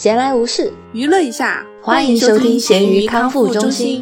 闲来无事， 娱乐一下， 欢迎收听咸鱼康复中心。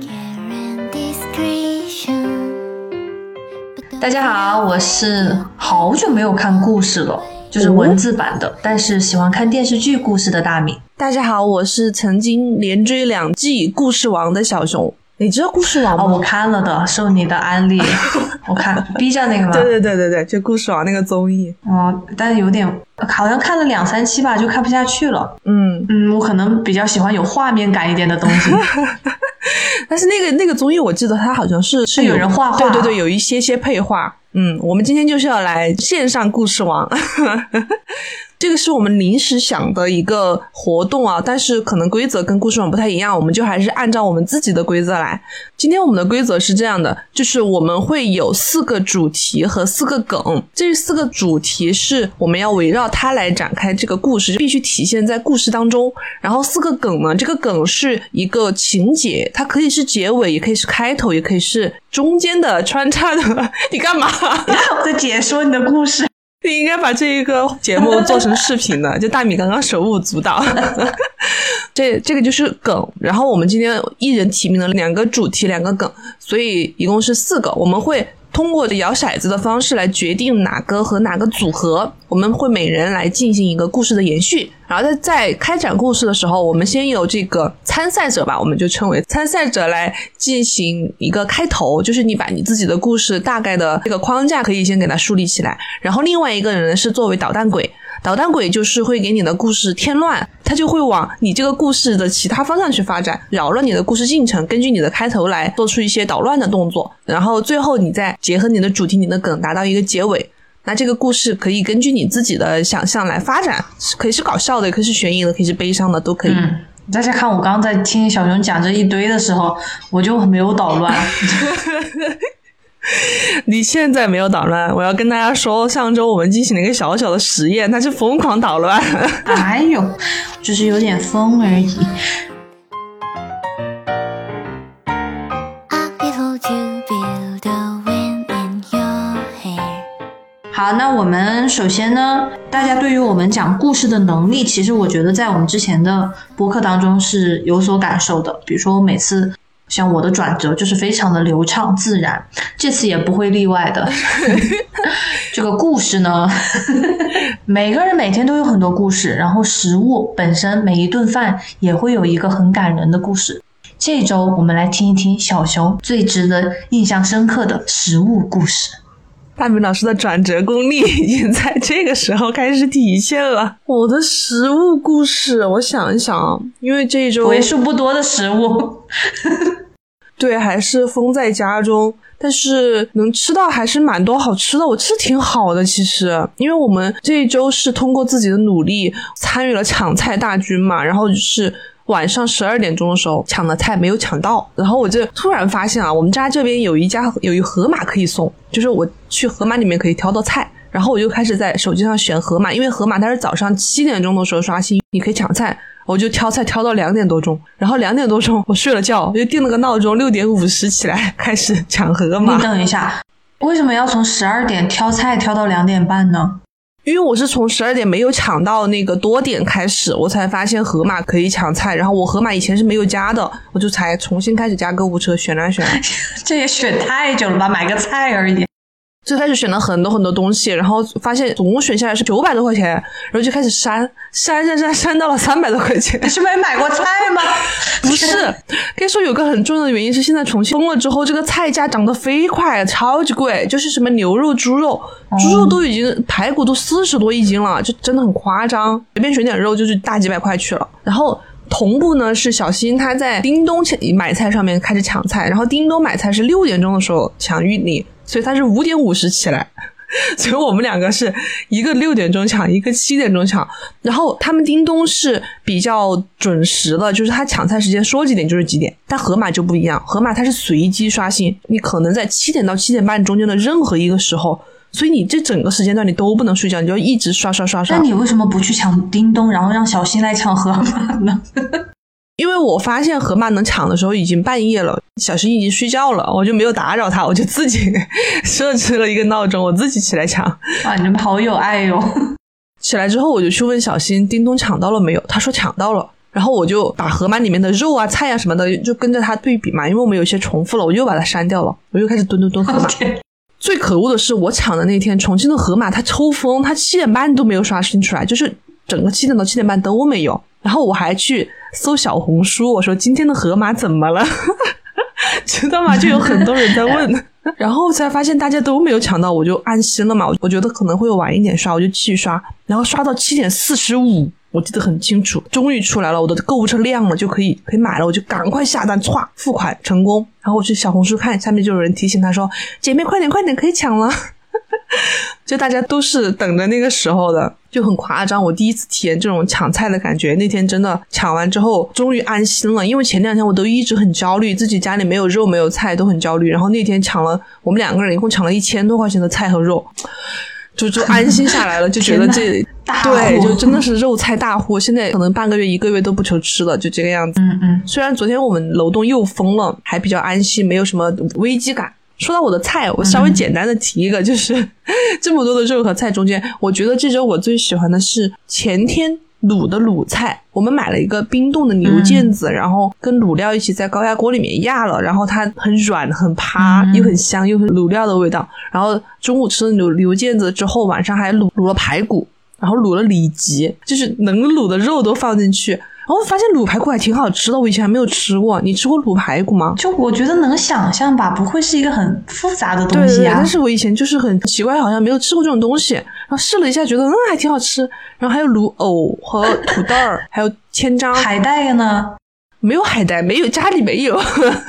大家好，我是好久没有看故事了，就是文字版的，但是喜欢看电视剧故事的大米。 大家好，我是曾经连追2季故事王的小熊。你知道故事王吗？ 我看了的，受你的安利我看 B 站那个吗？ 对，就故事王那个综艺。 但是有点好像看了2-3期吧，就看不下去了。我可能比较喜欢有画面感一点的东西但是那个综艺我记得它好像是有人画画， 对，有一些配画。我们今天就是要来线上故事王这个是我们临时想的一个活动啊，但是可能规则跟故事网不太一样，我们就还是按照我们自己的规则来。今天我们的规则是这样的，就是我们会有4个主题和4个梗，这4个主题是我们要围绕它来展开这个故事，必须体现在故事当中。然后4个梗呢，这个梗是一个情节，它可以是结尾，也可以是开头，也可以是中间的穿插的你干嘛？ 我在解说你的故事。 你应该把这一个节目做成视频的就大米刚刚手舞足蹈这个就是梗，然后我们今天一人提名了2个主题2个梗，所以一共是4个。我们会通过摇骰子的方式来决定哪个和哪个组合，我们会每人来进行一个故事的延续。然后在开展故事的时候，我们先有这个参赛者吧，我们就称为参赛者来进行一个开头，就是你把你自己的故事大概的这个框架可以先给它树立起来，然后另外一个人是作为捣蛋鬼，捣蛋鬼就是会给你的故事添乱，他就会往你这个故事的其他方向去发展，扰乱你的故事进程，根据你的开头来做出一些捣乱的动作，然后最后你再结合你的主题你的梗达到一个结尾。那这个故事可以根据你自己的想象来发展，可以是搞笑的，也可以是悬疑的，可以是悲伤的，都可以。 大家看我刚刚在听小熊讲这一堆的时候，我就没有捣乱你现在没有捣乱，我要跟大家说，上周我们进行了一个小小的实验，它是疯狂捣乱哎呦，就是有点疯而已。好，那我们首先呢，大家对于我们讲故事的能力，其实我觉得在我们之前的播客当中是有所感受的。比如说我每次像我的转折就是非常的流畅自然，这次也不会例外的这个故事呢每个人每天都有很多故事，然后食物本身每一顿饭也会有一个很感人的故事。这周我们来听一听小熊最值得印象深刻的食物故事。 大米老师的转折功力已经在这个时候开始体现了。我的食物故事我想一想，因为这一周为数不多的食物对，还是封在家中，但是能吃到还是蛮多好吃的，我吃挺好的其实。因为我们这一周是通过自己的努力参与了抢菜大军嘛，然后就是晚上12点钟的时候抢的菜没有抢到，然后我就突然发现啊，我们家这边有一盒马可以送，就是我去盒马里面可以挑到菜，然后我就开始在手机上选盒马，因为盒马它是早上7点钟的时候刷新，你可以抢菜，我就挑菜挑到2点多钟，然后2点多钟我睡了觉，就定了个闹钟6点50起来开始抢盒马。 你等一下，为什么要从12点挑菜挑到2点半呢？ 因为我是从12点没有抢到那个多点开始，我才发现盒马可以抢菜，然后我盒马以前是没有加的，我就才重新开始加购物车选来选这也选太久了吧，买个菜而已。 最开始选了很多很多东西，然后发现总共选下来是900多块钱，然后就开始删到了300多块钱。 你是没买过菜吗？ 不是，可以说有个很重要的原因是现在重庆封了之后，这个菜价涨得飞快，超级贵，就是什么牛肉、猪肉都已经排骨都40多一斤了，就真的很夸张，随便选点肉就是大几百块去了。然后同步呢是小新他在叮咚买菜上面开始抢菜，然后叮咚买菜是6点钟的时候抢玉米，所以他是5点50起来，所以我们2个是一个6点钟抢，一个7点钟抢。然后他们叮咚是比较准时的，就是他抢菜时间说几点就是几点，但盒马就不一样，盒马它是随机刷新，你可能在7点到7点半中间的任何一个时候，所以你这整个时间段你都不能睡觉，你就一直刷。 那你为什么不去抢叮咚，然后让小新来抢盒马呢？ 因为我发现盒马能抢的时候已经半夜了，小新已经睡觉了，我就没有打扰他，我就自己设置了一个闹钟，我自己起来抢。 哇，你们好有爱哟！ 起来之后我就去问小新叮咚抢到了没有，他说抢到了，然后我就把盒马里面的肉啊菜啊什么的就跟着他对比嘛，因为我们有些重复了，我又把它删掉了，我又开始蹲盒马。最可恶的是我抢的那天重庆的盒马它抽风，它7点半都没有刷新出来，就是整个7点到7点半都没有，然后我还去搜小红书，我说今天的盒马怎么了知道吗？就有很多人在问然后才发现大家都没有抢到，我就安心了嘛，我觉得可能会晚一点刷，我就继续刷，然后刷到7点45，我记得很清楚，终于出来了，我的购物车亮了，就可以买了，我就赶快下单，歘，付款成功。然后我去小红书看，下面就有人提醒他说姐妹快点可以抢了就大家都是等着那个时候的，就很夸张。我第一次体验这种抢菜的感觉，那天真的抢完之后终于安心了，因为前2天我都一直很焦虑，自己家里没有肉没有菜都很焦虑，然后那天抢了，我们2个人一共抢了1000多块钱的菜和肉，就安心下来了就觉得这对，就真的是肉菜大户，现在可能半个月1个月都不愁吃了，就这个样子。虽然昨天我们楼栋又封了，还比较安心，没有什么危机感。说到我的菜，我稍微简单的提一个，就是这么多的肉和菜中间，我觉得这周我最喜欢的是前天卤的卤菜。我们买了一个冰冻的牛腱子，然后跟卤料一起在高压锅里面压了，然后它很软很趴，又很香又很卤料的味道。然后中午吃了牛腱子之后，晚上还卤了排骨，然后卤了里脊，就是能卤的肉都放进去。然后发现卤排骨还挺好吃的，我以前还没有吃过。你吃过卤排骨吗？ 就我觉得能想象吧，不会是一个很复杂的东西啊。 对，但是我以前就是很奇怪，好像没有吃过这种东西，然后试了一下觉得还挺好吃。然后还有卤藕和土豆儿还有千张。 海带呢？ 没有海带，没有，家里没有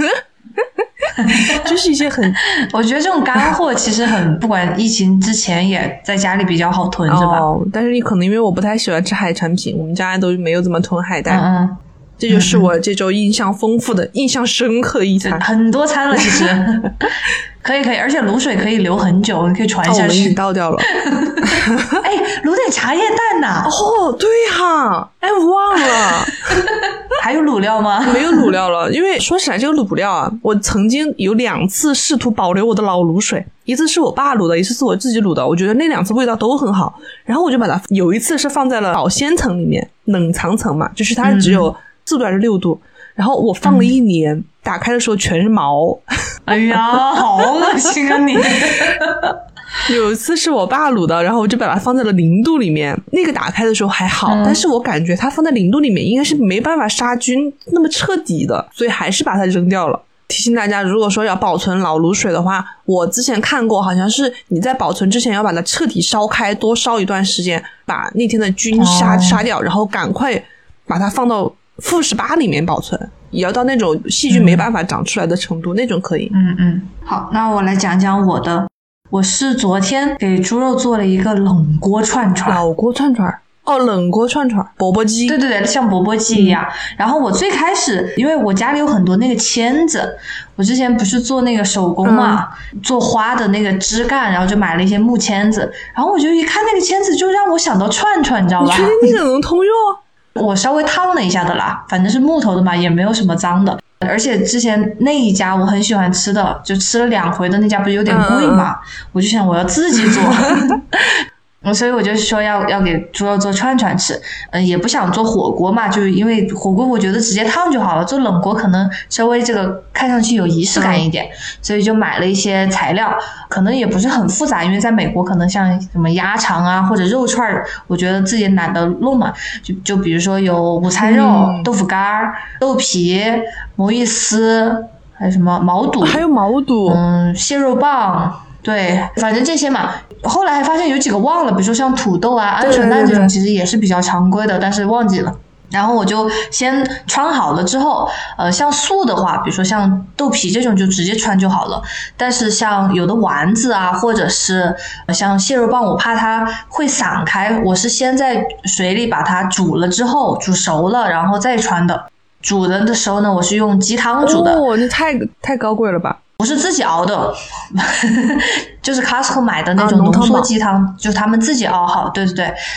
就是一些很我觉得这种干货其实很不管疫情之前也在家里比较好囤着吧。 但是你可能因为我不太喜欢吃海产品，我们家都没有怎么囤海带。这就是我这周印象丰富的印象深刻的一餐， 很多餐了其实可以，而且卤水可以留很久，你可以传下去。 我们已经倒掉了卤点茶叶蛋呐。 对哈，我忘了还有卤料吗？ 没有卤料了，因为说起来这个卤料啊，我曾经有2次试图保留我的老卤水，一次是我爸卤的，一次是我自己卤的，我觉得那2次味道都很好，然后我就把它有一次是放在了保鲜层里面，冷藏层嘛，就是它只有4度还是6度，然后我放了1年，打开的时候全是毛。 哎呀，好恶心啊你！ 有一次是我爸卤的，然后我就把它放在了0度里面，那个打开的时候还好，但是我感觉它放在0度里面应该是没办法杀菌那么彻底的，所以还是把它扔掉了。提醒大家，如果说要保存老卤水的话，我之前看过，好像是你在保存之前要把它彻底烧开，多烧一段时间，把那天的菌杀掉，然后赶快把它放到-18里面保存，也要到那种细菌没办法长出来的程度，那种可以。 好，那我来讲讲我的。我是昨天给猪肉做了一个冷锅串串。 老锅串串？冷锅串串，钵钵鸡。 对，像钵钵鸡一样。然后我最开始，因为我家里有很多那个签子，我之前不是做那个手工嘛，做花的那个枝干，然后就买了一些木签子，然后我就一看那个签子，就让我想到串串，你知道吧？ 你确定那个能通用？ 我稍微烫了一下的啦，反正是木头的嘛，也没有什么脏的。而且之前那一家我很喜欢吃的，就吃了2回的那家不是有点贵嘛，我就想我要自己做所以我就说要给猪肉做串串吃，也不想做火锅嘛，就是因为火锅我觉得直接烫就好了，做冷锅可能稍微这个看上去有仪式感一点，所以就买了一些材料，可能也不是很复杂，因为在美国可能像什么鸭肠啊或者肉串，我觉得自己懒得弄嘛，就比如说有午餐肉、豆腐干、豆皮、魔芋丝，还有什么毛肚， 还有毛肚， 蟹肉棒。对，反正这些嘛，后来还发现有几个忘了，比如说像土豆啊、鹌鹑蛋这种其实也是比较常规的，但是忘记了。然后我就先穿好了之后，像素的话，比如说像豆皮这种就直接穿就好了。但是像有的丸子啊，或者是像蟹肉棒，我怕它会散开，我是先在水里把它煮了之后，煮熟了然后再穿的。煮的时候呢，我是用鸡汤煮的。 你太高贵了吧？ 不是自己熬的就是 Costco 买的那种浓缩鸡汤，就是他们自己熬好。对，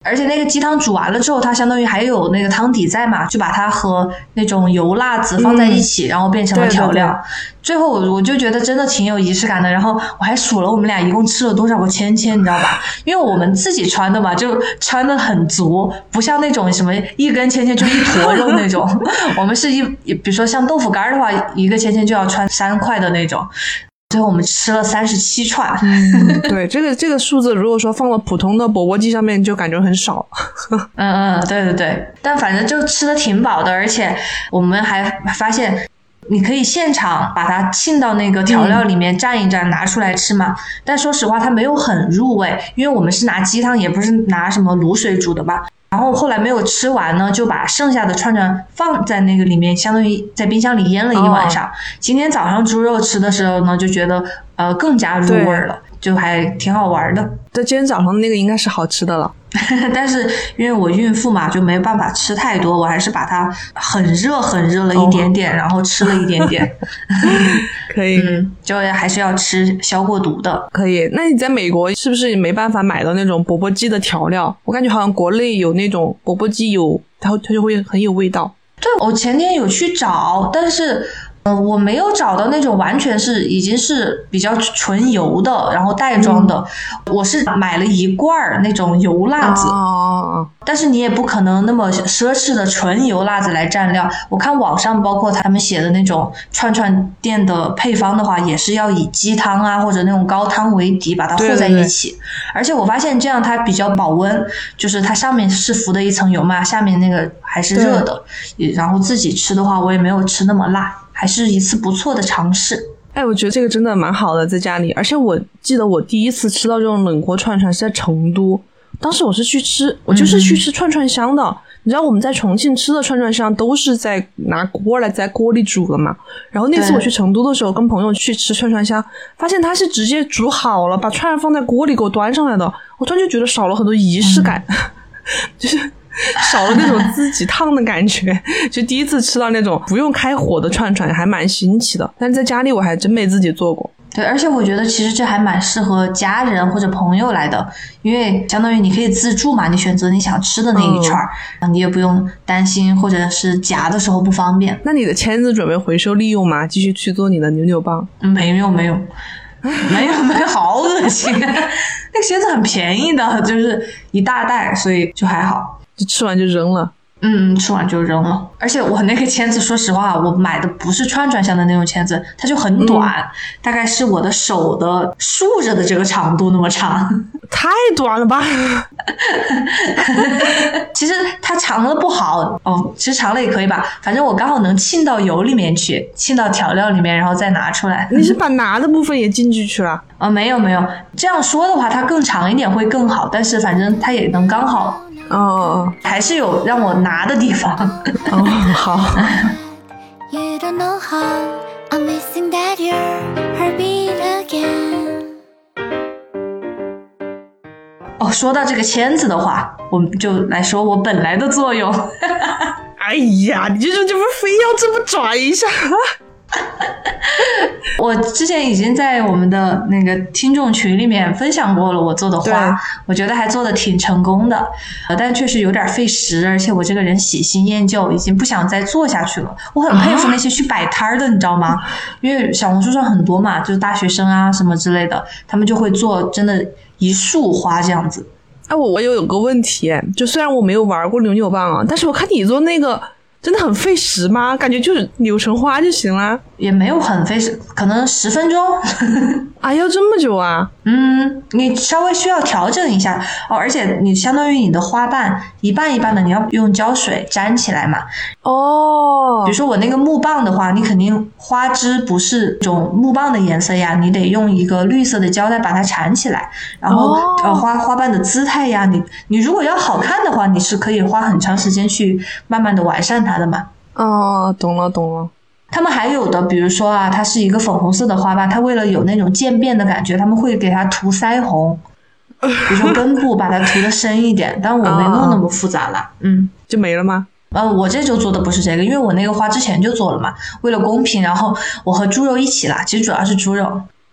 而且那个鸡汤煮完了之后，它相当于还有那个汤底在嘛，就把它和那种油辣子放在一起，然后变成了调料。对，最后我就觉得真的挺有仪式感的。然后我还数了我们俩一共吃了多少个签签，你知道吧？因为我们自己穿的嘛，就穿的很足，不像那种什么一根签签就一坨肉那种。我们是比如说像豆腐干的话，一个签签就要穿3块的那种。最后我们吃了37串。 对，这个数字如果说放到普通的钵钵鸡上面就感觉很少。 对对对，但反正就吃的挺饱的，而且我们还发现你可以现场把它浸到那个调料里面蘸一蘸拿出来吃嘛。但说实话它没有很入味，因为我们是拿鸡汤也不是拿什么卤水煮的嘛。然后后来没有吃完呢，就把剩下的串串放在那个里面，相当于在冰箱里腌了一晚上。今天早上猪肉吃的时候呢，就觉得更加入味了，就还挺好玩的。 对，今天早上那个应该是好吃的了。 但是因为我孕妇嘛，就没办法吃太多，我还是把它很热了一点点，然后吃了一点点。 可以， 就还是要吃消过毒的。 可以。那你在美国是不是没办法买到那种钵钵鸡的调料？我感觉好像国内有那种钵钵鸡有，它就会很有味道。 对，我前天有去找，但是我没有找到那种完全是已经是比较纯油的，然后袋装的。我是买了一罐那种油辣子，但是你也不可能那么奢侈的纯油辣子来蘸料。我看网上包括他们写的那种串串店的配方的话，也是要以鸡汤啊或者那种高汤为底把它和在一起。对，而且我发现这样它比较保温，就是它上面是浮的一层油嘛，下面那个还是热的。然后自己吃的话，我也没有吃那么辣。还是一次不错的尝试。 我觉得这个真的蛮好的，在家里。而且我记得我第一次吃到这种冷锅串串是在成都，当时我就是去吃串串香的。你知道我们在重庆吃的串串香都是在拿锅来在锅里煮的嘛。然后那次我去成都的时候，跟朋友去吃串串香，发现它是直接煮好了，把串放在锅里给我端上来的。我突然就觉得少了很多仪式感，就是少了那种自己烫的感觉。就第一次吃到那种不用开火的串串还蛮新奇的，但在家里我还真没自己做过。 对，而且我觉得其实这还蛮适合家人或者朋友来的，因为相当于你可以自助嘛，你选择你想吃的那一串，你也不用担心或者是夹的时候不方便。 那你的签子准备回收利用吗？继续去做你的扭扭棒？ 没有，好恶心。那个签子很便宜的，就是一大袋，所以就还好。 就吃完就扔了。 吃完就扔了。而且我那个签子说实话我买的不是串串香的那种签子，它就很短，大概是我的手的竖着的这个长度那么长。 太短了吧。 其实它长了不好其实长了也可以吧，反正我刚好能浸到油里面去，浸到调料里面然后再拿出来。 你是把拿的部分也进去了？ 没有，这样说的话它更长一点会更好，但是反正它也能刚好还是有让我拿的地方。 好。 You don't know how I'm missing that your heartbeat again. 说到这个签子的话，我们就来说我本来的作用。 哎呀，你这不非要这么转一下？ 我之前已经在我们的那个听众群里面分享过了我做的花，我觉得还做的挺成功的，但确实有点费时，而且我这个人喜新厌旧，已经不想再做下去了。我很佩服那些去摆摊的，你知道吗？因为小红书上很多嘛，就是大学生啊什么之类的，他们就会做真的一束花这样子。 我有个问题，就虽然我没有玩过扭扭棒啊，但是我看你做那个真的很费时吗？感觉就是扭成花就行了。 也没有很费时，可能10分钟。 要这么久啊？ 你稍微需要调整一下而且你相当于你的花瓣一半一半的，你要用胶水粘起来嘛。比如说我那个木棒的话，你肯定花枝不是这种木棒的颜色呀，你得用一个绿色的胶带把它缠起来，然后花瓣的姿态呀，你如果要好看的话，你是可以花很长时间去慢慢的完善它的嘛。 懂了。 他们还有的比如说它是一个粉红色的花瓣，它为了有那种渐变的感觉，他们会给它涂腮红，比如说根部把它涂得深一点，但我没弄那么复杂了。 就没了吗？ 我这周做的不是这个，因为我那个花之前就做了嘛，为了公平，然后我和猪肉一起啦，其实主要是猪肉。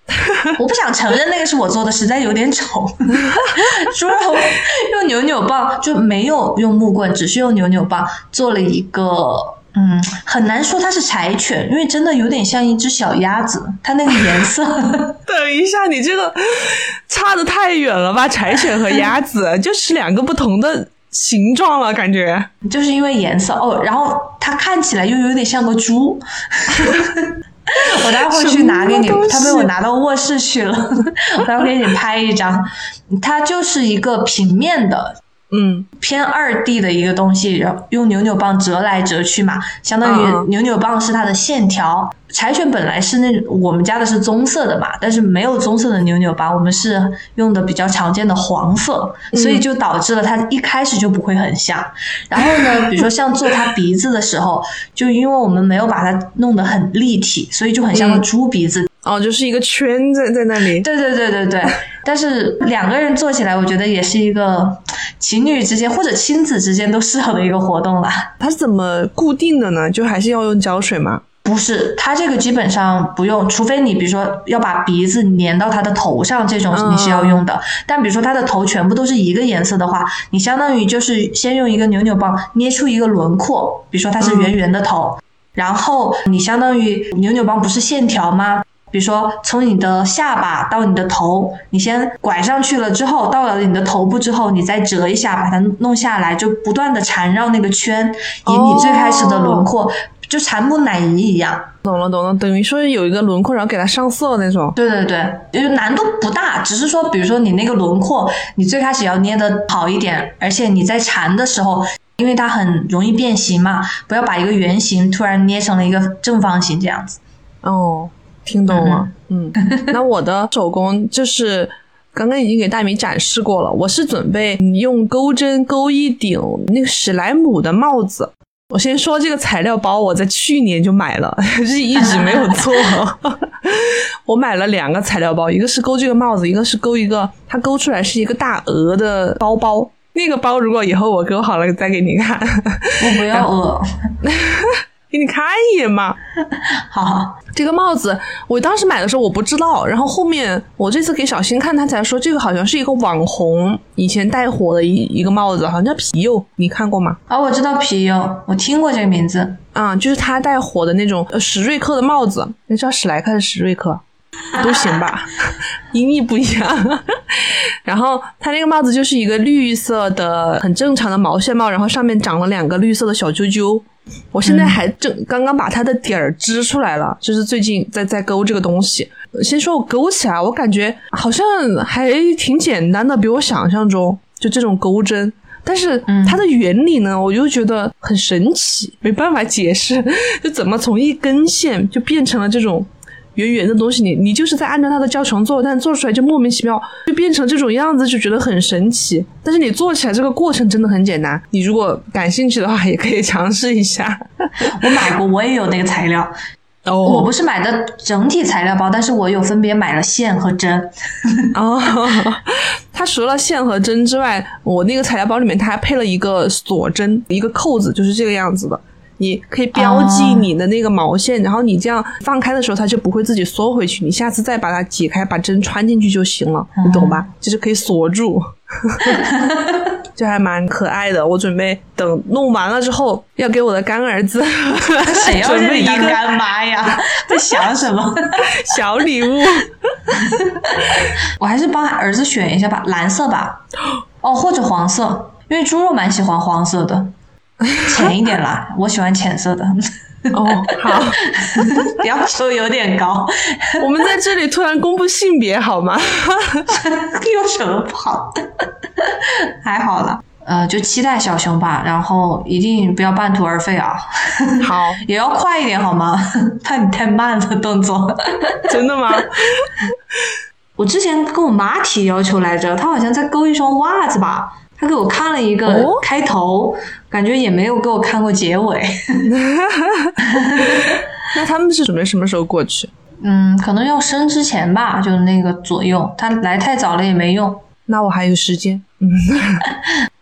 我不想承认那个是我做的，实在有点丑。猪肉用扭扭棒，就没有用木棍，只是用扭扭棒做了一个，很难说它是柴犬，因为真的有点像一只小鸭子，它那个颜色。 等一下，你这个差得太远了吧？柴犬和鸭子就是两个不同的形状了，感觉就是因为颜色哦，然后它看起来又有点像个猪。我待会去拿给你，它被我拿到卧室去了。我待会给你拍一张，它就是一个平面的，偏2D 的一个东西，然后用扭扭棒折来折去嘛，相当于扭扭棒是它的线条。柴犬本来是我们家的是棕色的嘛，但是没有棕色的扭扭棒，我们是用的比较常见的黄色，所以就导致了它一开始就不会很像。然后呢，比如说像做它鼻子的时候，就因为我们没有把它弄得很立体，所以就很像个猪鼻子。 就是一个圈在那里。 对。但是2个人做起来，我觉得也是一个情侣之间或者亲子之间都适合的一个活动啦。 它是怎么固定的呢？就还是要用胶水吗？ 不是，它这个基本上不用，除非你比如说要把鼻子粘到它的头上，这种你是要用的。但比如说它的头全部都是一个颜色的话，你相当于就是先用一个扭扭棒捏出一个轮廓，比如说它是圆圆的头，然后你相当于扭扭棒不是线条吗？比如说从你的下巴到你的头，你先拐上去了之后，到了你的头部之后，你再折一下把它弄下来，就不断的缠绕那个圈，以你最开始的轮廓，就缠木乃伊一样。 懂了，等于说有一个轮廓，然后给它上色那种。 对，就难度不大，只是说比如说你那个轮廓，你最开始要捏得好一点，而且你在缠的时候，因为它很容易变形嘛，不要把一个圆形突然捏成了一个正方形这样子。 听懂了。那我的手工就是刚刚已经给大米展示过了，我是准备用钩针钩一顶那个史莱姆的帽子。我先说这个材料包，我在去年就买了，就是一直没有做。我买了2个材料包，一个是钩这个帽子，一个是钩一个，它钩出来是一个大鹅的包包。那个包如果以后我钩好了再给你看。 我不要鹅。 给你看一眼嘛。 好， 这个帽子我当时买的时候我不知道，然后后面我这次给小新看，他才说这个好像是一个网红以前带火的一个帽子，好像叫皮柚，你看过吗？ 我知道皮柚，我听过这个名字。 就是他带火的那种史瑞克的帽子，你知道史莱克还是史瑞克都行吧，音译不一样。然后他那个帽子就是一个绿色的很正常的毛线帽，然后上面长了2个绿色的小揪揪。我现在还刚刚把它的底儿织出来了，就是最近在钩这个东西。先说我钩起来，我感觉好像还挺简单的，比我想象中就这种钩针。但是它的原理呢，我就觉得很神奇，没办法解释，就怎么从一根线就变成了这种圆圆的东西，你就是在按照它的教程做，但做出来就莫名其妙就变成这种样子，就觉得很神奇。但是你做起来这个过程真的很简单，你如果感兴趣的话也可以尝试一下。 我买过，我也有那个材料。我不是买的整体材料包，但是我有分别买了线和针。 它除了线和针之外，我那个材料包里面它还配了一个锁针，一个扣子，就是这个样子的。你可以标记你的那个毛线，然后你这样放开的时候它就不会自己缩回去，你下次再把它解开把针穿进去就行了，你懂吧？就是可以锁住。就还蛮可爱的。我准备等弄完了之后要给我的干儿子谁要是你当干妈呀？在想什么？ 小礼物。 我还是帮儿子选一下吧，蓝色吧，或者黄色，因为猪肉蛮喜欢黄色的，浅一点啦，我喜欢浅色的。 好， 要求有点高。 我们在这里突然公布性别好吗？ 有什么不好？还好了。就期待小熊吧，然后一定不要半途而废啊！ 好， 也要快一点好吗？怕你太慢了动作。 真的吗？ 我之前跟我妈提要求来着，她好像在勾一双袜子吧，她给我看了一个开头，感觉也没有给我看过结尾。 那他们是准备什么时候过去？ 可能要生之前吧，就那个左右，他来太早了也没用。 那我还有时间。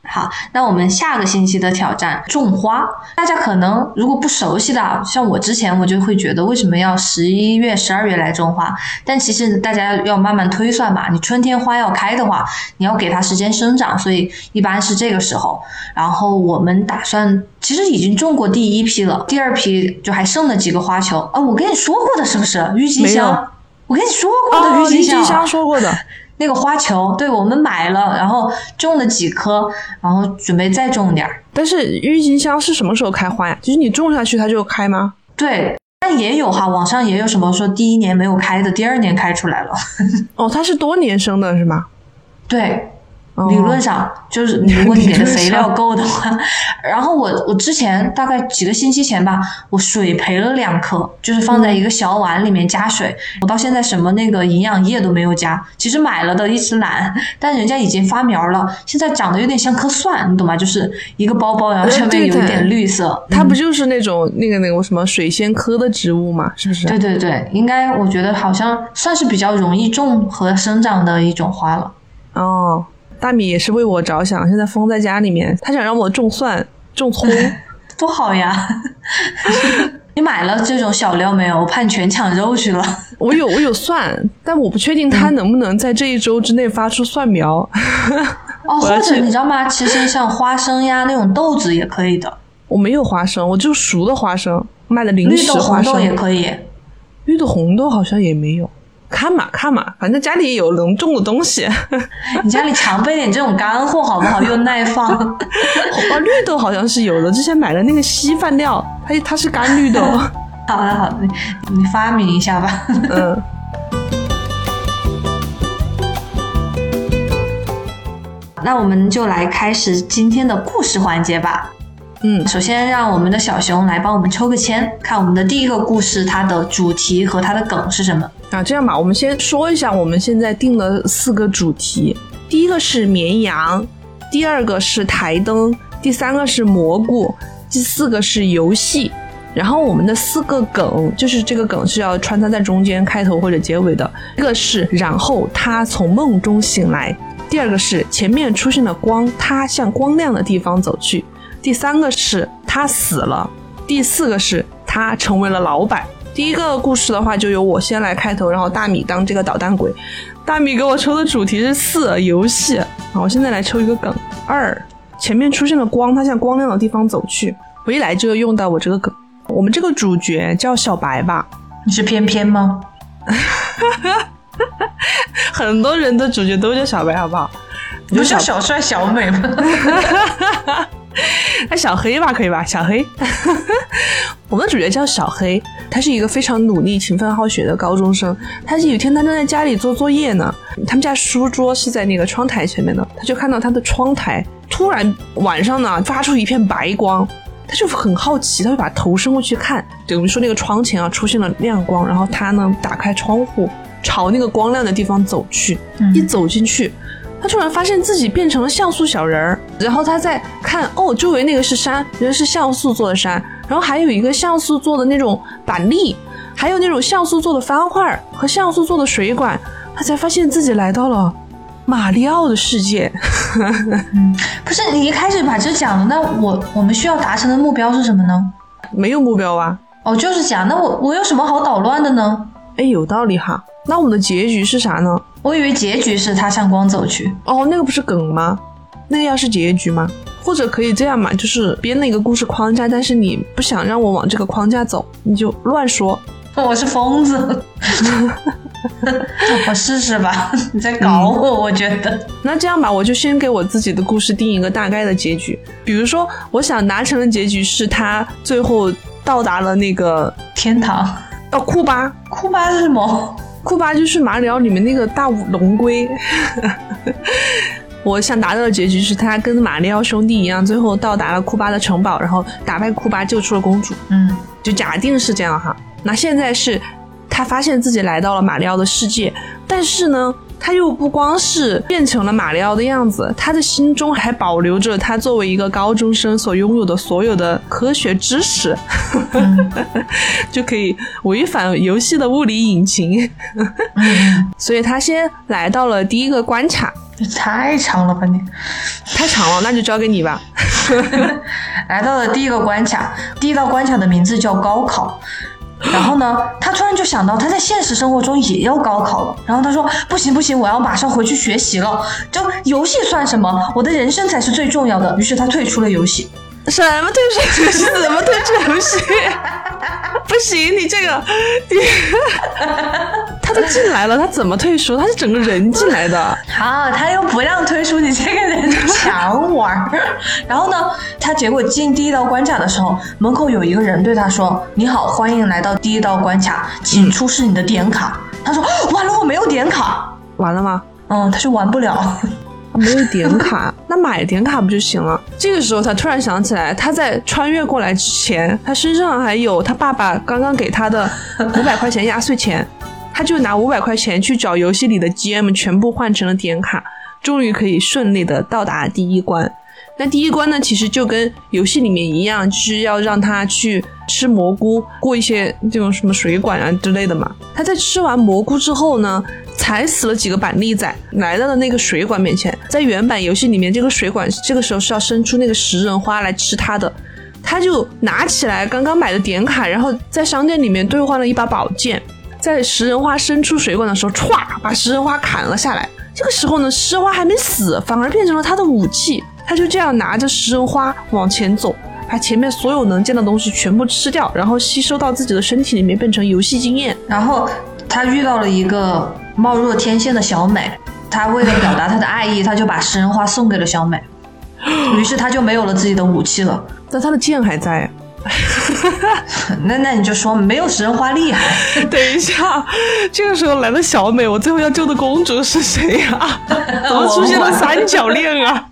好，那我们下个星期的挑战种花，大家可能如果不熟悉的，像我之前我就会觉得为什么要11月、12月来种花，但其实大家要慢慢推算嘛，你春天花要开的话，你要给它时间生长，所以一般是这个时候。然后我们打算，其实已经种过第一批了，第二批就还剩了几个花球啊，我跟你说过的是不是？郁金香，我跟你说过的郁金香说过的。 那个花球，对，我们买了，然后种了几颗，然后准备再种点。 但是郁金香是什么时候开花呀？就是你种下去它就开吗？ 对，但也有哈，网上也有什么说第一年没有开的，第二年开出来了。 哦，它是多年生的是吗？ 对。理论上就是如果你给的肥料够的话，然后我之前大概几个星期前吧，我水培了2颗，就是放在一个小碗里面加水，我到现在什么那个营养液都没有加，其实买了的一直懒，但人家已经发苗了，现在长得有点像颗蒜，你懂吗？就是一个包包，然后上面有一点绿色， 它不就是那种那个什么水仙科的植物嘛，是不是？ 对对对，应该我觉得好像算是比较容易种和生长的一种花了。 哦。大米也是为我着想，现在封在家里面，他想让我种蒜种葱多好呀你买了这种小料没有？我怕你全抢肉去了。 我有蒜，但我不确定它能不能在这1周之内发出蒜苗哦，或者你知道吗，其实像花生呀那种豆子也可以的。 我没有花生，我就熟的花生，卖的零食花生。 绿豆红豆也可以。 绿豆红豆好像也没有，看嘛，反正家里有能种的东西。 你家里常备点这种干货好不好？又耐放。 绿豆好像是有的，之前买了那个稀饭料，它是干绿豆。 好的，你发明一下吧。那我们就来开始今天的故事环节吧。首先让我们的小熊来帮我们抽个签，看我们的第一个故事它的主题和它的梗是什么。 这样吧，我们先说一下我们现在定了4个主题。第一个是绵羊，第2个是台灯，第3个是蘑菇，第4个是游戏。然后我们的4个梗，就是这个梗是要穿插在中间开头或者结尾的。一个是然后他从梦中醒来，第2个是前面出现了光，他向光亮的地方走去，第3个是他死了，第4个是他成为了老板。第一个故事的话就由我先来开头，然后大米当这个捣蛋鬼。大米给我抽的主题是4，游戏。好，我现在来抽一个梗。2，前面出现了光，他向光亮的地方走去。我一来就用到我这个梗。我们这个主角叫小白吧？ 你是偏偏吗？ 很多人的主角都叫小白，好不好？ 你就叫小帅小美吗？ 小黑吧，可以吧？小黑。我们的主角叫小黑，他是一个非常努力勤奋好学的高中生。他有一天他正在家里做作业呢，他们家书桌是在那个窗台前面的，他就看到他的窗台突然晚上呢发出一片白光，他就很好奇，他就把头伸过去看，等于说那个窗前出现了亮光，然后他呢打开窗户朝那个光亮的地方走去。一走进去，他突然发现自己变成了像素小人儿，然后他再看，周围那个是山，原来是像素做的山，然后还有一个像素做的那种板栗，还有那种像素做的方块和像素做的水管，他才发现自己来到了马里奥的世界。 不是，你一开始把这讲了，那我们需要达成的目标是什么呢？ 没有目标啊。 就是讲，那我有什么好捣乱的呢？ 有道理哈。那我们的结局是啥呢？ 我以为结局是他向光走去。 那个不是梗吗？那个要是结局吗？或者可以这样嘛，就是编了一个故事框架，但是你不想让我往这个框架走，你就乱说。 我是疯子。我试试吧，你在搞我，我觉得。 那这样吧，我就先给我自己的故事定一个大概的结局。比如说，我想达成的结局是他最后到达了那个天堂。 库巴。 库巴是什么？ 库巴就是马里奥里面那个大龙龟。我想达到的结局是他跟马里奥兄弟一样，最后到达了库巴的城堡，然后打败库巴，救出了公主。就假定是这样哈。那现在是他发现自己来到了马里奥的世界，但是呢他又不光是变成了马里奥的样子，他的心中还保留着他作为一个高中生所拥有的所有的科学知识，就可以违反游戏的物理引擎。所以他先来到了第一个关卡。 太长了吧你？ 太长了，那就交给你吧。 来到了第一个关卡，第一道关卡的名字叫高考。然后呢，他突然就想到他在现实生活中也要高考了，然后他说不行不行，我要马上回去学习了，就游戏算什么，我的人生才是最重要的。于是他退出了游戏。 什么退出游戏？怎么退出游戏？不行，你这个他都进来了，他怎么退出？他是整个人进来的。 好，他又不让退出，你这个人强玩。然后呢，他结果进第一道关卡的时候，门口有一个人对他说：“你好，欢迎来到第一道关卡，请出示你的点卡。”他说：“完了，我没有点卡。” 完了吗？ 他就玩不了。 没有点卡，那买点卡不就行了？这个时候他突然想起来，他在穿越过来之前，他身上还有他爸爸刚刚给他的500块钱压岁钱，他就拿500块钱去找游戏里的 GM 全部换成了点卡，终于可以顺利的到达第一关。那第一关呢，其实就跟游戏里面一样，就是要让他去吃蘑菇，过一些这种什么水管啊之类的嘛。他在吃完蘑菇之后呢，踩死了几个板栗仔，来到了那个水管面前。在原版游戏里面，这个水管这个时候是要伸出那个食人花来吃它的。他就拿起来刚刚买的点卡，然后在商店里面兑换了一把宝剑，在食人花伸出水管的时候，歘，把食人花砍了下来。这个时候呢，食人花还没死，反而变成了他的武器。他就这样拿着食人花往前走，把前面所有能见的东西全部吃掉，然后吸收到自己的身体里面，变成游戏经验。 然后他遇到了一个貌若天仙的小美，他为了表达他的爱意，他就把食人花送给了小美，于是他就没有了自己的武器了。 但他的剑还在。 那你就说没有食人花厉害。 等一下，这个时候来了小美，我最后要救的公主是谁啊？怎么出现了三角恋啊？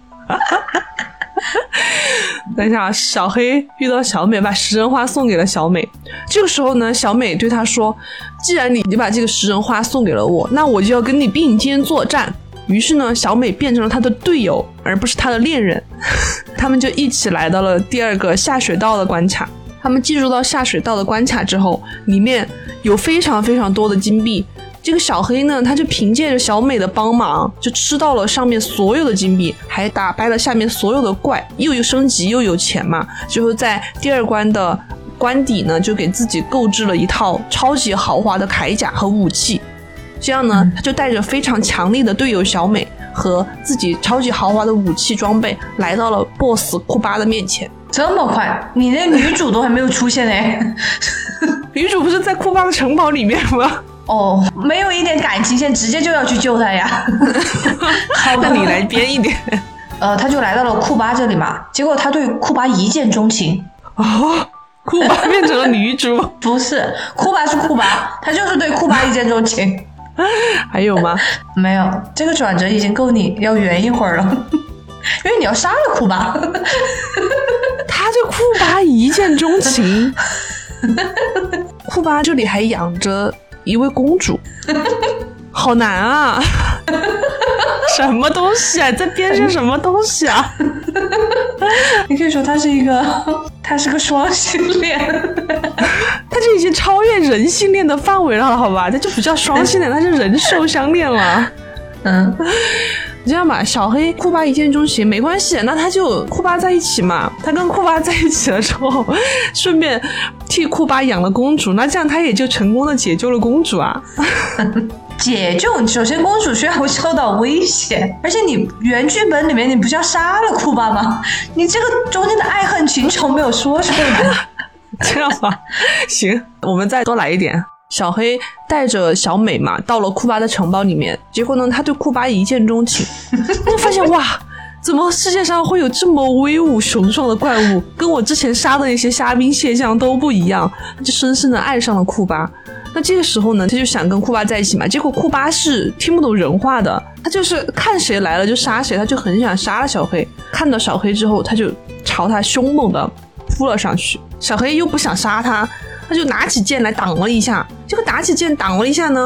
等一下，小黑遇到小美，把食人花送给了小美。这个时候呢，小美对他说：“既然你把这个食人花送给了我，那我就要跟你并肩作战。”于是呢，小美变成了他的队友，而不是他的恋人。他们就一起来到了第二个下水道的关卡。他们进入到下水道的关卡之后，里面有非常非常多的金币。这个小黑呢，他就凭借着小美的帮忙，就吃到了上面所有的金币，还打败了下面所有的怪，又有升级又有钱嘛。最后在第二关的关底呢，就给自己购置了一套超级豪华的铠甲和武器。这样呢，他就带着非常强力的队友小美和自己超级豪华的武器装备，来到了 BOSS 库巴的面前。 这么快，你那女主都还没有出现呢。 女主不是在库巴的城堡里面吗？ 哦，没有一点感情线，直接就要去救他呀。 好，那你来编一点。 他就来到了库巴这里嘛，结果他对库巴一见钟情。 哦，库巴变成了女主？ 不是，库巴是库巴，他就是对库巴一见钟情。 还有吗？ 没有，这个转折已经够你要圆一会儿了。因为你要杀了库巴。 他对库巴一见钟情。库巴这里还养着一位公主，好难啊。什么东西啊，在编些什么东西啊。 你可以说他是个双性恋。 他就已经超越人性恋的范围了，好吧，这就不叫双性恋，他是人兽相恋了。你这样吧，小黑库巴一见钟情没关系，那他就库巴在一起嘛。他跟库巴在一起了之后，顺便替库巴养了公主，那这样他也就成功的解救了公主啊。 解救，首先公主需要受到威胁，而且你原剧本里面你不是要杀了库巴吗？你这个中间的爱恨情仇没有说出来。 这样吧，行，我们再多来一点。小黑带着小美嘛，到了库巴的城堡里面，结果呢，他对库巴一见钟情，他就发现哇，怎么世界上会有这么威武雄壮的怪物，跟我之前杀的那些虾兵蟹将都不一样，他就深深的爱上了库巴。那这个时候呢，他就想跟库巴在一起嘛，结果库巴是听不懂人话的，他就是看谁来了就杀谁，他就很想杀了小黑。看到小黑之后，他就朝他凶猛的扑了上去，小黑又不想杀他，他就拿起剑来挡了一下，结果打起剑挡了一下呢，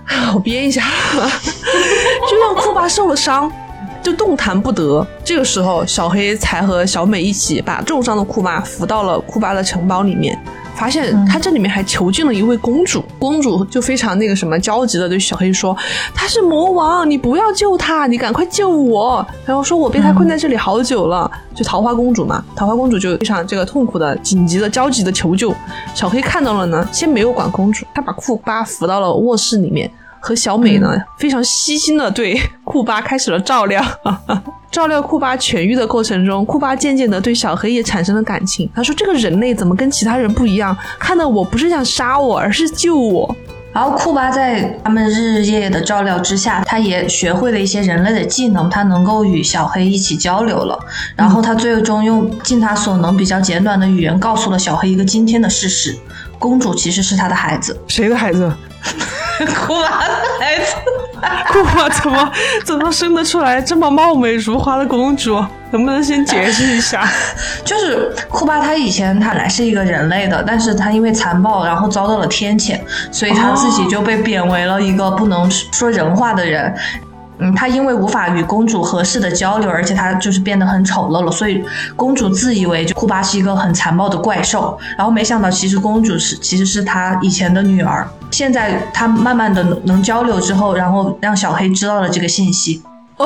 我编一下，就让库巴受了伤，就动弹不得。这个时候，小黑才和小美一起把重伤的库巴扶到了库巴的城堡里面，发现他这里面还囚禁了一位公主。公主就非常焦急的对小黑说：“他是魔王，你不要救他，你赶快救我。”然后说：“我被他困在这里好久了。”就桃花公主嘛，桃花公主就非常痛苦的、紧急的、焦急的求救。小黑看到了呢，先没有管公主，他把库巴扶到了卧室里面。和小美呢，非常悉心的对库巴开始了照料。照料库巴痊愈的过程中，库巴渐渐的对小黑也产生了感情。他说：“这个人类怎么跟其他人不一样？看到我不是想杀我，而是救我。” 然后库巴在他们日夜的照料之下，他也学会了一些人类的技能，他能够与小黑一起交流了。然后他最终用尽他所能比较简短的语言告诉了小黑一个惊天的事实：公主其实是他的孩子。 谁的孩子？ 库巴的孩子。 库巴怎么生得出来这么貌美如花的公主？能不能先解释一下？ 就是库巴他以前他本来是一个人类的，但是他因为残暴然后遭到了天谴，所以他自己就被贬为了一个不能说人话的人。他因为无法与公主合适的交流，而且他就是变得很丑陋了，所以公主自以为库巴是一个很残暴的怪兽，然后没想到其实公主其实是他以前的女儿。现在他慢慢的能交流之后，然后让小黑知道了这个信息。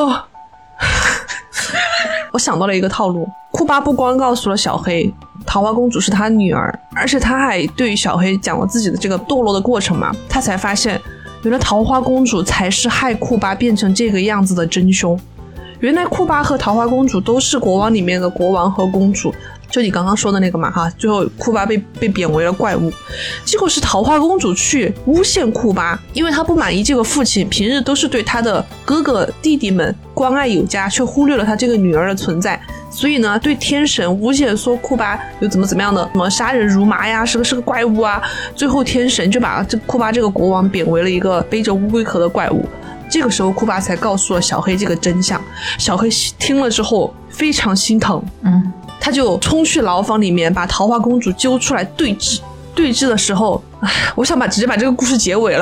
我想到了一个套路，库巴不光告诉了小黑桃花公主是他女儿，而且他还对小黑讲了自己的这个堕落的过程嘛，他才发现原来桃花公主才是害库巴变成这个样子的真凶。原来库巴和桃花公主都是国王里面的国王和公主，就你刚刚说的那个嘛哈，最后库巴被贬为了怪物。结果是桃花公主去诬陷库巴，因为她不满意这个父亲平日都是对他的哥哥弟弟们关爱有加，却忽略了他这个女儿的存在，所以呢对天神诬陷说库巴有怎么样的，什么杀人如麻呀，是个怪物啊。最后天神就把库巴这个国王贬为了一个背着乌龟壳的怪物。这个时候库巴才告诉了小黑这个真相。小黑听了之后非常心疼，他就冲去牢房里面把桃花公主揪出来对峙。对峙的时候，我想直接把这个故事结尾了。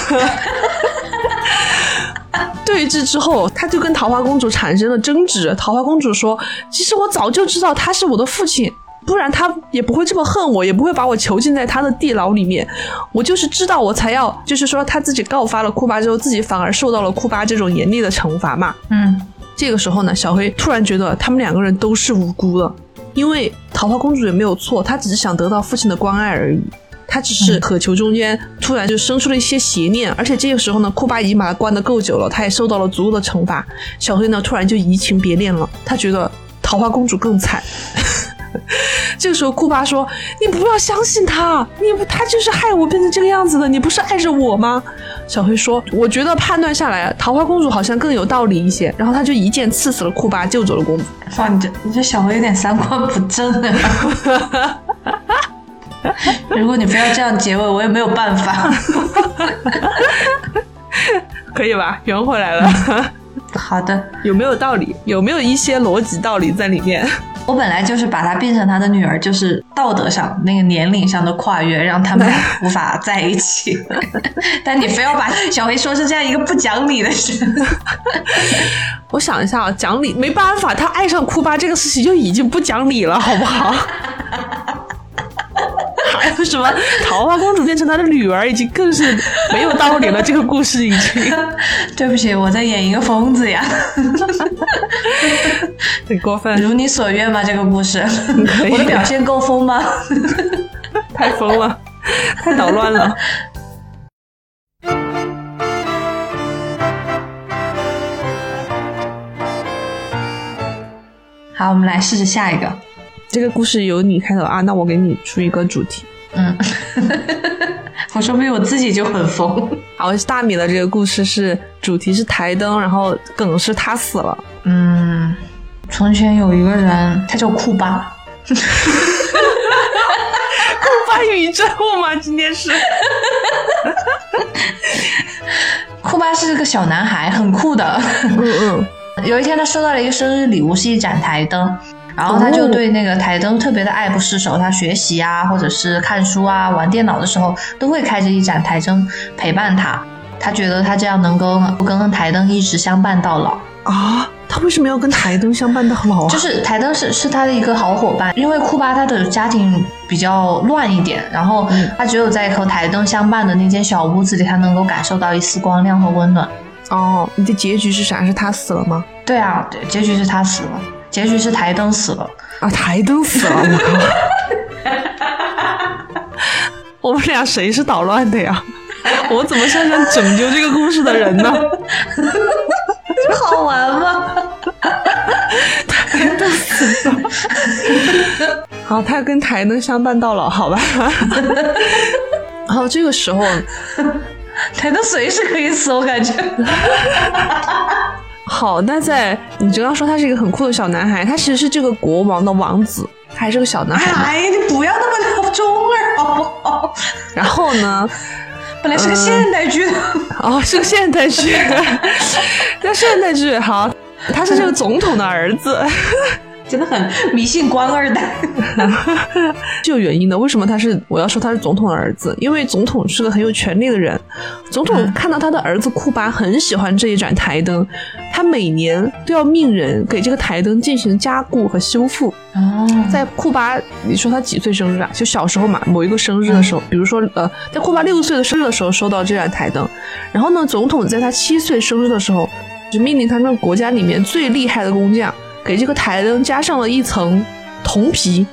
对峙之后，他就跟桃花公主产生了争执。桃花公主说：“其实我早就知道他是我的父亲，不然他也不会这么恨我，也不会把我囚禁在他的地牢里面。我就是知道我才要，就是说他自己告发了库巴之后，自己反而受到了库巴这种严厉的惩罚嘛。”这个时候呢，小黑突然觉得他们两个人都是无辜的，因为桃花公主也没有错，她只是想得到父亲的关爱而已。他只是渴求中间突然就生出了一些邪念，而且这个时候呢，库巴已经把他关得够久了，他也受到了足够的惩罚。小黑呢突然就移情别恋了，他觉得桃花公主更惨。这个时候库巴说：“你不要相信他，他就是害我变成这个样子的，你不是爱着我吗？”小黑说：“我觉得判断下来桃花公主好像更有道理一些。”然后他就一剑刺死了库巴，救走了公主。 哇，你这小黑有点三观不正啊。如果你非要这样结尾，我也没有办法。 可以吧？圆回来了。 好的。 有没有道理？有没有一些逻辑道理在里面？ 我本来就是把她变成他的女儿，就是道德上那个年龄上的跨越，让他们无法在一起。但你非要把小黑说是这样一个不讲理的人。 我想一下啊，讲理没办法，他爱上库巴这个事情就已经不讲理了，好不好？还有什么桃花公主变成她的女儿，已经更是没有道理了。这个故事已经…… 对不起，我在演一个疯子呀。 很过分。 如你所愿吗？这个故事，我的表现够疯吗？ 太疯了，太捣乱了。 好，我们来试试下一个。 这个故事由你开头啊，那我给你出一个主题。 我说不定我自己就很疯。 好，大米的这个故事是主题是台灯，然后梗是他死了。 从前有一个人，他叫库巴。 库巴宇宙吗？今天是。 库巴是个小男孩，很酷的。有一天他收到了一个生日礼物，是一盏台灯。然后他就对那个台灯特别的爱不释手，他学习啊，或者是看书啊，玩电脑的时候都会开着一盏台灯陪伴他。 他觉得他这样能够跟台灯一直相伴到老啊。他为什么要跟台灯相伴到老啊？ 就是台灯是他的一个好伙伴，因为库巴他的家庭比较乱一点，然后他只有在和台灯相伴的那间小屋子里，他能够感受到一丝光亮和温暖。 哦，你的结局是啥？是他死了吗？ 对啊，对，结局是他死了，结局是台灯死了啊！台灯死了，我靠！我们俩谁是捣乱的呀？我怎么像拯救这个故事的人呢？ 好玩吗？ 台灯死了。好，他跟台灯相伴到老，好吧。然后这个时候， 台灯随时可以死，我感觉。 好，那你刚刚说他是一个很酷的小男孩，他其实是这个国王的王子，他还是个小男孩。 哎，你不要那么中二好不好？ 然后呢？ 本来是个现代剧的哦，是个现代剧。那现代剧好，他是这个总统的儿子。 真的很迷信官二代。 是有原因的，为什么我要说他是总统的儿子？因为总统是个很有权力的人，总统看到他的儿子库巴很喜欢这一盏台灯，他每年都要命人给这个台灯进行加固和修复。在库巴，你说他几岁生日啊？就小时候嘛，某一个生日的时候，比如说在库巴6岁的生日的时候收到这盏台灯，然后呢，总统在他7岁生日的时候，就命令他们国家里面最厉害的工匠给这个台灯加上了一层铜皮，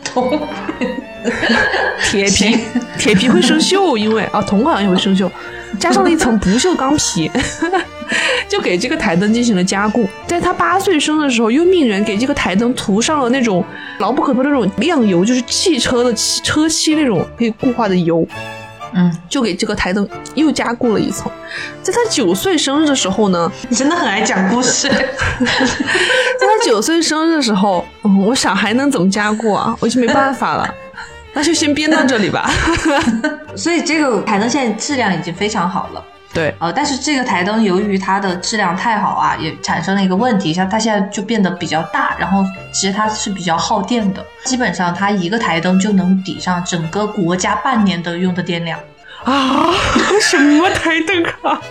铁皮会生锈，因为铜好像也会生锈，加上了一层不锈钢皮，就给这个台灯进行了加固。在他8岁生日的时候，又命人给这个台灯涂上了那种牢不可破的那种亮油，就是汽车的车漆那种可以固化的油。就给这个台灯又加固了一层。在他9岁生日的时候呢， 你真的很爱讲故事。 在他9岁生日的时候，我想还能怎么加固啊？我已经没办法了，那就先编到这里吧。 所以这个台灯现在质量已经非常好了。 对， 但是这个台灯由于它的质量太好啊，也产生了一个问题，像它现在就变得比较大，然后其实它是比较耗电的，基本上它一个台灯就能抵上整个国家半年的用的电量啊！什么台灯啊？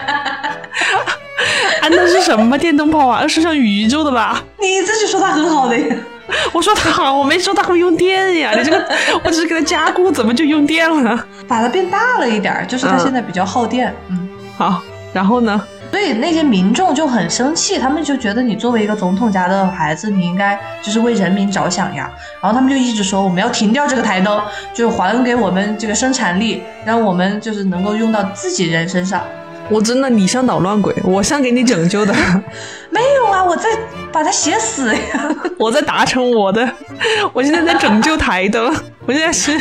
安的是什么电灯泡啊？是像宇宙的吧？ 你自己说它很好的呀。 我说它好，我没说它会用电呀。你这个，我只是给它加固，怎么就用电了？ 把它变大了一点，就是它现在比较耗电。 好，然后呢？ 所以那些民众就很生气，他们就觉得你作为一个总统家的孩子，你应该就是为人民着想呀。然后他们就一直说我们要停掉这个台灯，就还给我们这个生产力，让我们就是能够用到自己人身上。 我真的你像捣乱鬼，我像给你拯救的。 没有啊，我在把它写死呀。 我在达成我现在在拯救台灯，我现在是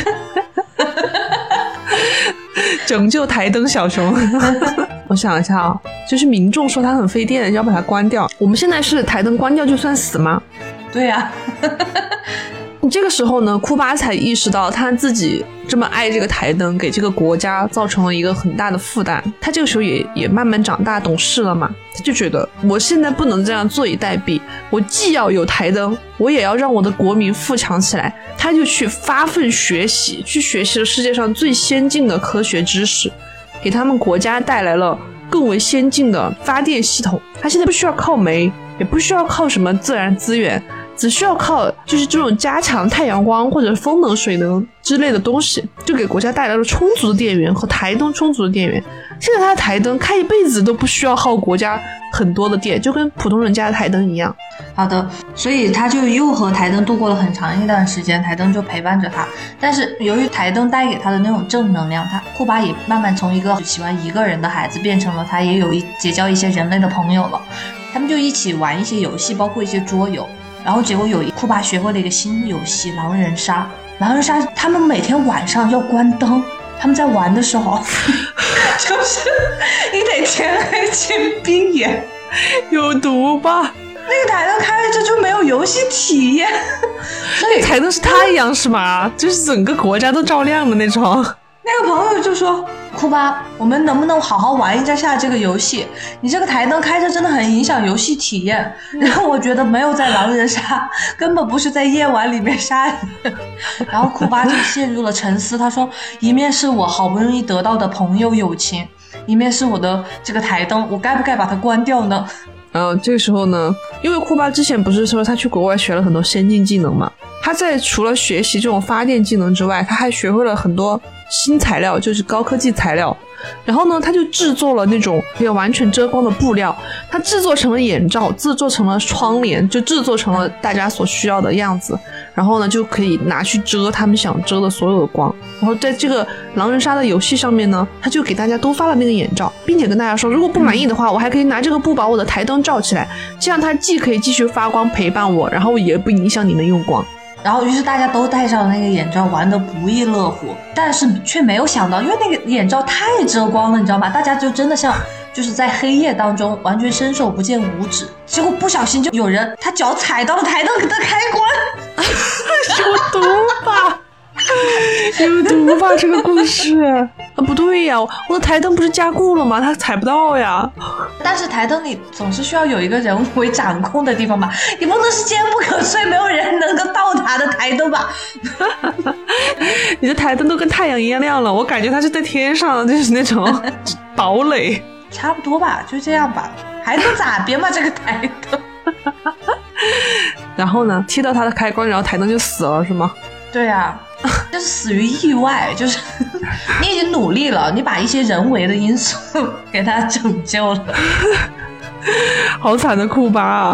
拯救台灯小熊。我想一下啊，就是民众说它很费电，要把它关掉。我们现在是台灯关掉就算死吗？ 对呀。 这个时候呢，库巴才意识到他自己这么爱这个台灯，给这个国家造成了一个很大的负担。他这个时候也慢慢长大懂事了嘛，他就觉得我现在不能这样坐以待毙，我既要有台灯，我也要让我的国民富强起来。他就去发奋学习，去学习了世界上最先进的科学知识，给他们国家带来了更为先进的发电系统。他现在不需要靠煤，也不需要靠什么自然资源，只需要靠就是这种加强太阳光或者风能水能之类的东西，就给国家带来了充足的电源和台灯充足的电源。现在他的台灯开一辈子都不需要耗国家很多的电，就跟普通人家的台灯一样。 好的，所以他就又和台灯度过了很长一段时间，台灯就陪伴着他。但是由于台灯带给他的那种正能量，库巴也慢慢从一个喜欢一个人的孩子变成了他也有结交一些人类的朋友了。他们就一起玩一些游戏，包括一些桌游。然后结果库巴学会了一个新游戏狼人杀。狼人杀他们每天晚上要关灯，他们在玩的时候就是你得天黑请闭眼， 有毒吧？ 那个台灯开着就没有游戏体验。所以台灯是太阳是吗？就是整个国家都照亮的那种。 那个朋友就说，库巴，我们能不能好好玩一下这个游戏？你这个台灯开着真的很影响游戏体验。然后我觉得没有在狼人杀，根本不是在夜晚里面杀人。然后库巴就陷入了沉思，他说，一面是我好不容易得到的朋友友情， 一面是我的这个台灯，我该不该把它关掉呢？ 然后这个时候呢，因为库巴之前不是说他去国外学了很多先进技能嘛，他在除了学习这种发电技能之外，他还学会了很多新材料，就是高科技材料。然后呢，他就制作了那种可以完全遮光的布料，他制作成了眼罩，制作成了窗帘，就制作成了大家所需要的样子。然后呢，就可以拿去遮他们想遮的所有的光。然后在这个狼人杀的游戏上面呢，他就给大家都发了那个眼罩，并且跟大家说，如果不满意的话，我还可以拿这个布把我的台灯罩起来，这样它既可以继续发光陪伴我，然后也不影响你们用光。 然后于是大家都戴上了那个眼罩，玩得不亦乐乎，但是却没有想到，因为那个眼罩太遮光了，你知道吗？大家就真的像就是在黑夜当中完全伸手不见五指，结果不小心就有人他脚踩到了台灯的开关。 有毒吧？有毒吧这个故事啊，不对呀，我的台灯不是加固了吗？他踩不到呀。 但是台灯你总是需要有一个人为掌控的地方吧，你不能是坚不可摧，没有人能够到达的台灯吧？ 你的台灯都跟太阳一样亮了，我感觉它是在天上，就是那种堡垒。 差不多吧，就这样吧，还能咋编嘛这个台灯？ 然后呢，踢到它的开关，然后台灯就死了，是吗？ 对啊，就是死于意外，就是你已经努力了，你把一些人为的因素给他拯救了。 好惨的库巴啊！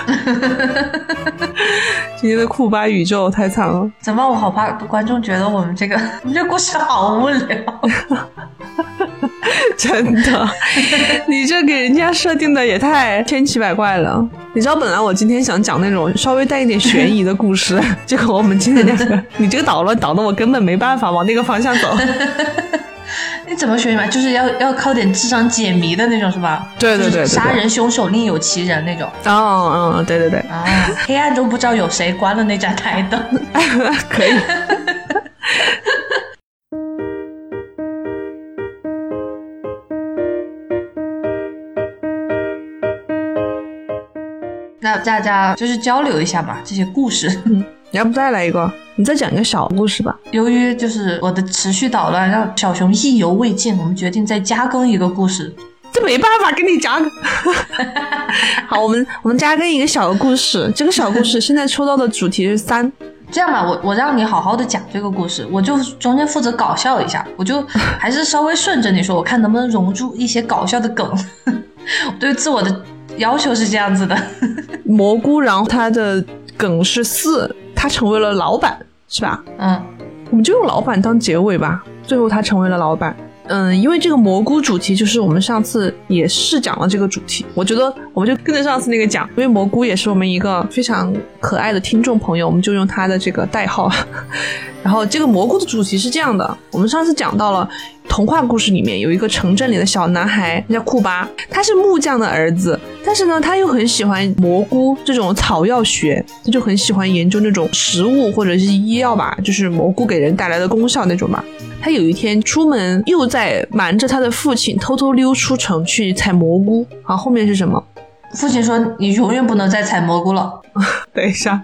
今天的库巴宇宙太惨了。 怎么办？我好怕观众觉得我们这故事好无聊。 真的，你这给人家设定的也太千奇百怪了。你知道本来我今天想讲那种稍微带一点悬疑的故事，结果我们今天这个你这个捣乱捣得我根本没办法往那个方向走。 你怎么悬疑嘛？就是要靠点智商解谜的那种是吧？ 对对对， 杀人凶手另有其人那种。 对对对。 啊，黑暗中不知道有谁关了那盏台灯。 可以。 那大家就是交流一下嘛，这些故事。 你要不再来一个？你再讲一个小故事吧。 由于就是我的持续捣乱，让小熊意犹未尽，我们决定再加更一个故事。 这没办法，给你加个。好，我们加更一个小的故事。这个小故事现在抽到的主题是3。 这样吧，我让你好好的讲这个故事，我就中间负责搞笑一下，我就还是稍微顺着你说，我看能不能融入一些搞笑的梗。我对自我的要求是这样子的。 蘑菇，然后他的梗是4，他成为了老板，是吧？我们就用老板当结尾吧。最后他成为了老板。因为这个蘑菇主题就是我们上次也试讲了这个主题，我觉得我们就跟着上次那个讲，因为蘑菇也是我们一个非常可爱的听众朋友，我们就用他的这个代号。然后这个蘑菇的主题是这样的，我们上次讲到了童话故事里面有一个城镇里的小男孩叫库巴，他是木匠的儿子，但是呢他又很喜欢蘑菇这种草药学，他就很喜欢研究那种食物或者是医药吧，就是蘑菇给人带来的功效那种吧。他有一天出门又在瞒着他的父亲偷偷溜出城去采蘑菇。好，后面是什么？ 父亲说你永远不能再采蘑菇了。 等一下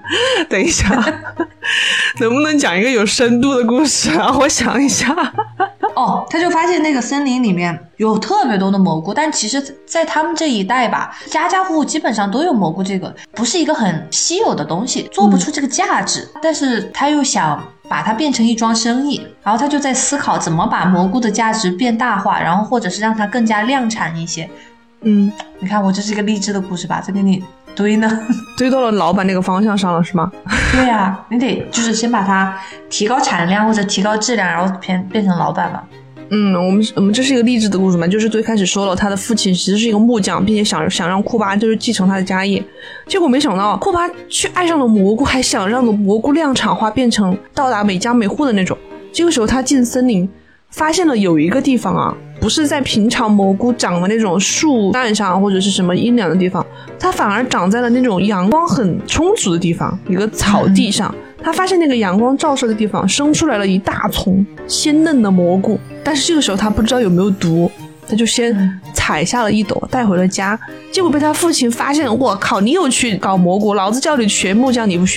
能不能讲一个有深度的故事啊？我想一下。 他就发现那个森林里面有特别多的蘑菇，但其实在他们这一带吧，家家户户基本上都有蘑菇，这个不是一个很稀有的东西，做不出这个价值。但是他又想把它变成一桩生意，然后他就在思考怎么把蘑菇的价值变大化，然后或者是让它更加量产一些。你看我这是一个励志的故事吧，再给你堆呢， 堆到了老板那个方向上了是吗？ 对啊，你得就是先把它提高产量或者提高质量，然后变成老板嘛。 我们这是一个励志的故事嘛，就是最开始说了他的父亲其实是一个木匠，并且想让库巴就是继承他的家业，结果没想到库巴却爱上了蘑菇，还想让蘑菇量产化，变成到达每家每户的那种。这个时候他进森林发现了有一个地方啊，不是在平常蘑菇长的那种树干上或者是什么阴凉的地方，它反而长在了那种阳光很充足的地方，一个草地上。他发现那个阳光照射的地方生出来了一大丛鲜嫩的蘑菇，但是这个时候他不知道有没有毒，他就先采下了一朵带回了家，结果被他父亲发现，我靠，你又去搞蘑菇，老子叫你学木匠你不学。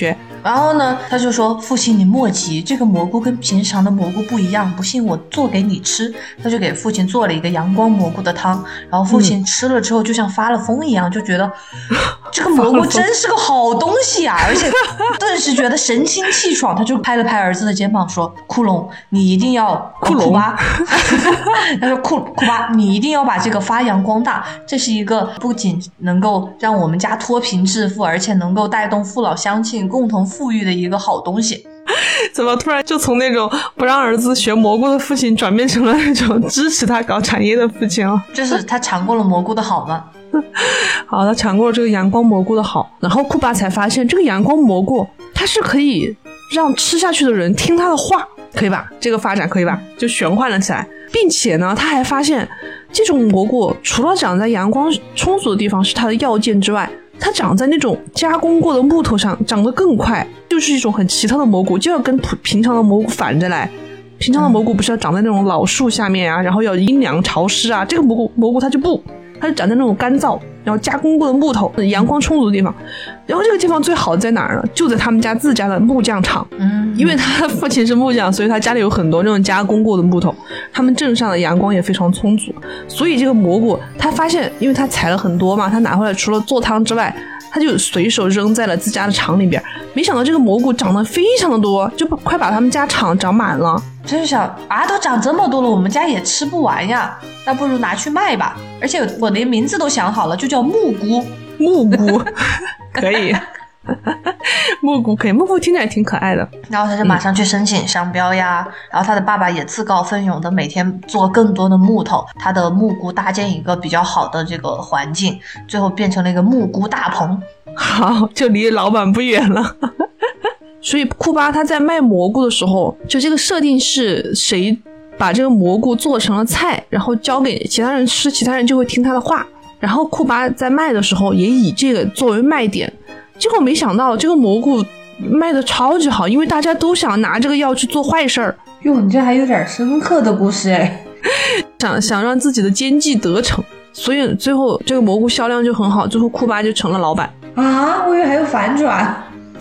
然后呢，他就说父亲你莫急，这个蘑菇跟平常的蘑菇不一样，不信我做给你吃。他就给父亲做了一个阳光蘑菇的汤，然后父亲吃了之后就像发了疯一样，就觉得这个蘑菇真是个好东西啊，而且顿时觉得神清气爽。他就拍了拍儿子的肩膀说，库龙你一定要库巴他说库巴你一定要把这个发扬光大，这是一个不仅能够让我们家脱贫致富，而且能够带动父老乡亲共同富裕的一个好东西。 怎么突然就从那种不让儿子学蘑菇的父亲转变成了那种支持他搞产业的父亲了？ 就是他尝过了蘑菇的好吗？ 好，他尝过了这个阳光蘑菇的好，然后库巴才发现这个阳光蘑菇它是可以让吃下去的人听他的话，可以吧？这个发展可以吧？就玄幻了起来，并且呢，他还发现这种蘑菇除了长在阳光充足的地方是它的要件之外，它长在那种加工过的木头上长得更快，就是一种很奇特的蘑菇，就要跟平常的蘑菇反着来。平常的蘑菇不是要长在那种老树下面啊，然后要阴凉潮湿啊，这个蘑菇它就不，它就长在那种干燥然后加工过的木头阳光充足的地方。然后这个地方最好在哪儿呢？就在他们家自家的木匠厂。因为他父亲是木匠，所以他家里有很多那种加工过的木头，他们镇上的阳光也非常充足，所以这个蘑菇他发现，因为他采了很多嘛，他拿回来除了做汤之外，他就随手扔在了自家的厂里边。没想到这个蘑菇长得非常的多，就快把他们家厂长满了。 就是想啊，都长这么多了，我们家也吃不完呀，那不如拿去卖吧。而且我连名字都想好了，就叫木菇。 木菇可以木菇可以，木菇听起来挺可爱的。 然后他就马上去申请商标呀，然后他的爸爸也自告奋勇的每天做更多的木头，他的木菇搭建一个比较好的这个环境，最后变成了一个木菇大棚。 好，就离老板不远了所以库巴他在卖蘑菇的时候，就这个设定是谁把这个蘑菇做成了菜，然后交给其他人吃，其他人就会听他的话。然后库巴在卖的时候也以这个作为卖点，结果没想到这个蘑菇卖的超级好，因为大家都想拿这个药去做坏事儿。 哟，你这还有点深刻的故事哎， 想让自己的奸计得逞，所以最后这个蘑菇销量就很好，最后库巴就成了老板啊！我以为还有反转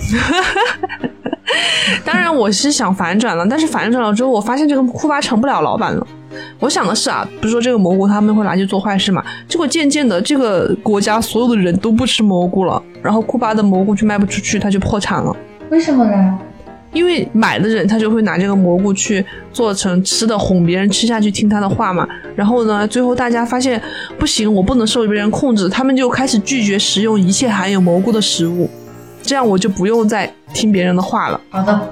当然我是想反转了，但是反转了之后我发现这个库巴成不了老板了。我想的是啊，不是说这个蘑菇他们会拿去做坏事嘛，结果渐渐的这个国家所有的人都不吃蘑菇了，然后库巴的蘑菇就卖不出去，他就破产了。 为什么呢？ 因为买的人他就会拿这个蘑菇去做成吃的，哄别人吃下去听他的话嘛。然后呢，最后大家发现不行，我不能受别人控制，他们就开始拒绝食用一切含有蘑菇的食物，这样我就不用再听别人的话了。 好的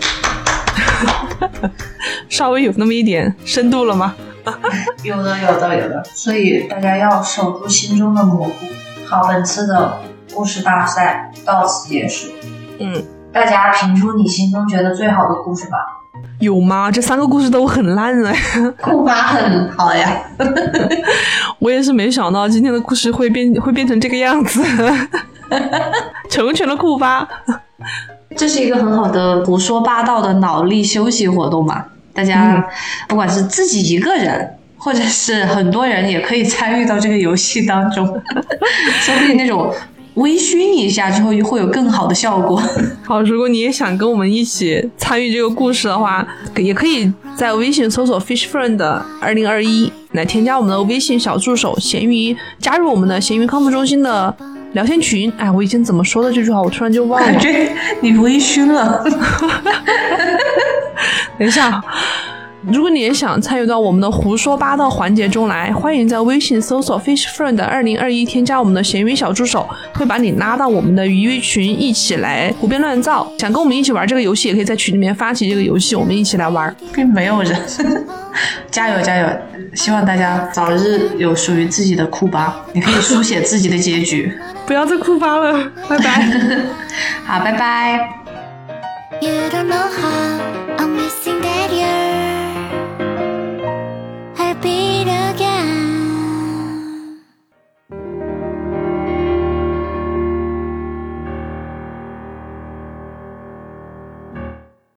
稍微有那么一点深度了吗？ 有的，所以大家要守住心中的蘑菇。好，本次的故事大赛到此结束。大家评出你心中觉得最好的故事吧。 有吗？这3个故事都很烂哎。 库巴很好呀。 我也是没想到今天的故事会变成这个样子。成全了库巴。 这是一个很好的胡说八道的脑力休息活动嘛，大家不管是自己一个人或者是很多人也可以参与到这个游戏当中说不定那种微醺一下之后会有更好的效果。 好，如果你也想跟我们一起参与这个故事的话，也可以在微信搜索 FishFriend 2021来添加我们的微信小助手咸鱼，加入我们的咸鱼康复中心的聊天群。哎，我以前怎么说的这句话我突然就忘了， 感觉你微醺了。 等一下，如果你也想参与到我们的胡说八道环节中来，欢迎在微信搜索 FishFriend 2021添加我们的咸鱼小助手，会把你拉到我们的鱼鱼群一起来胡编乱造。想跟我们一起玩这个游戏，也可以在群里面发起这个游戏，我们一起来玩。 并没有人。加油加油，希望大家早日有属于自己的库巴，你可以书写自己的结局。 不要再库巴了，拜拜。 好，拜拜。 You don't know how I'm missing that year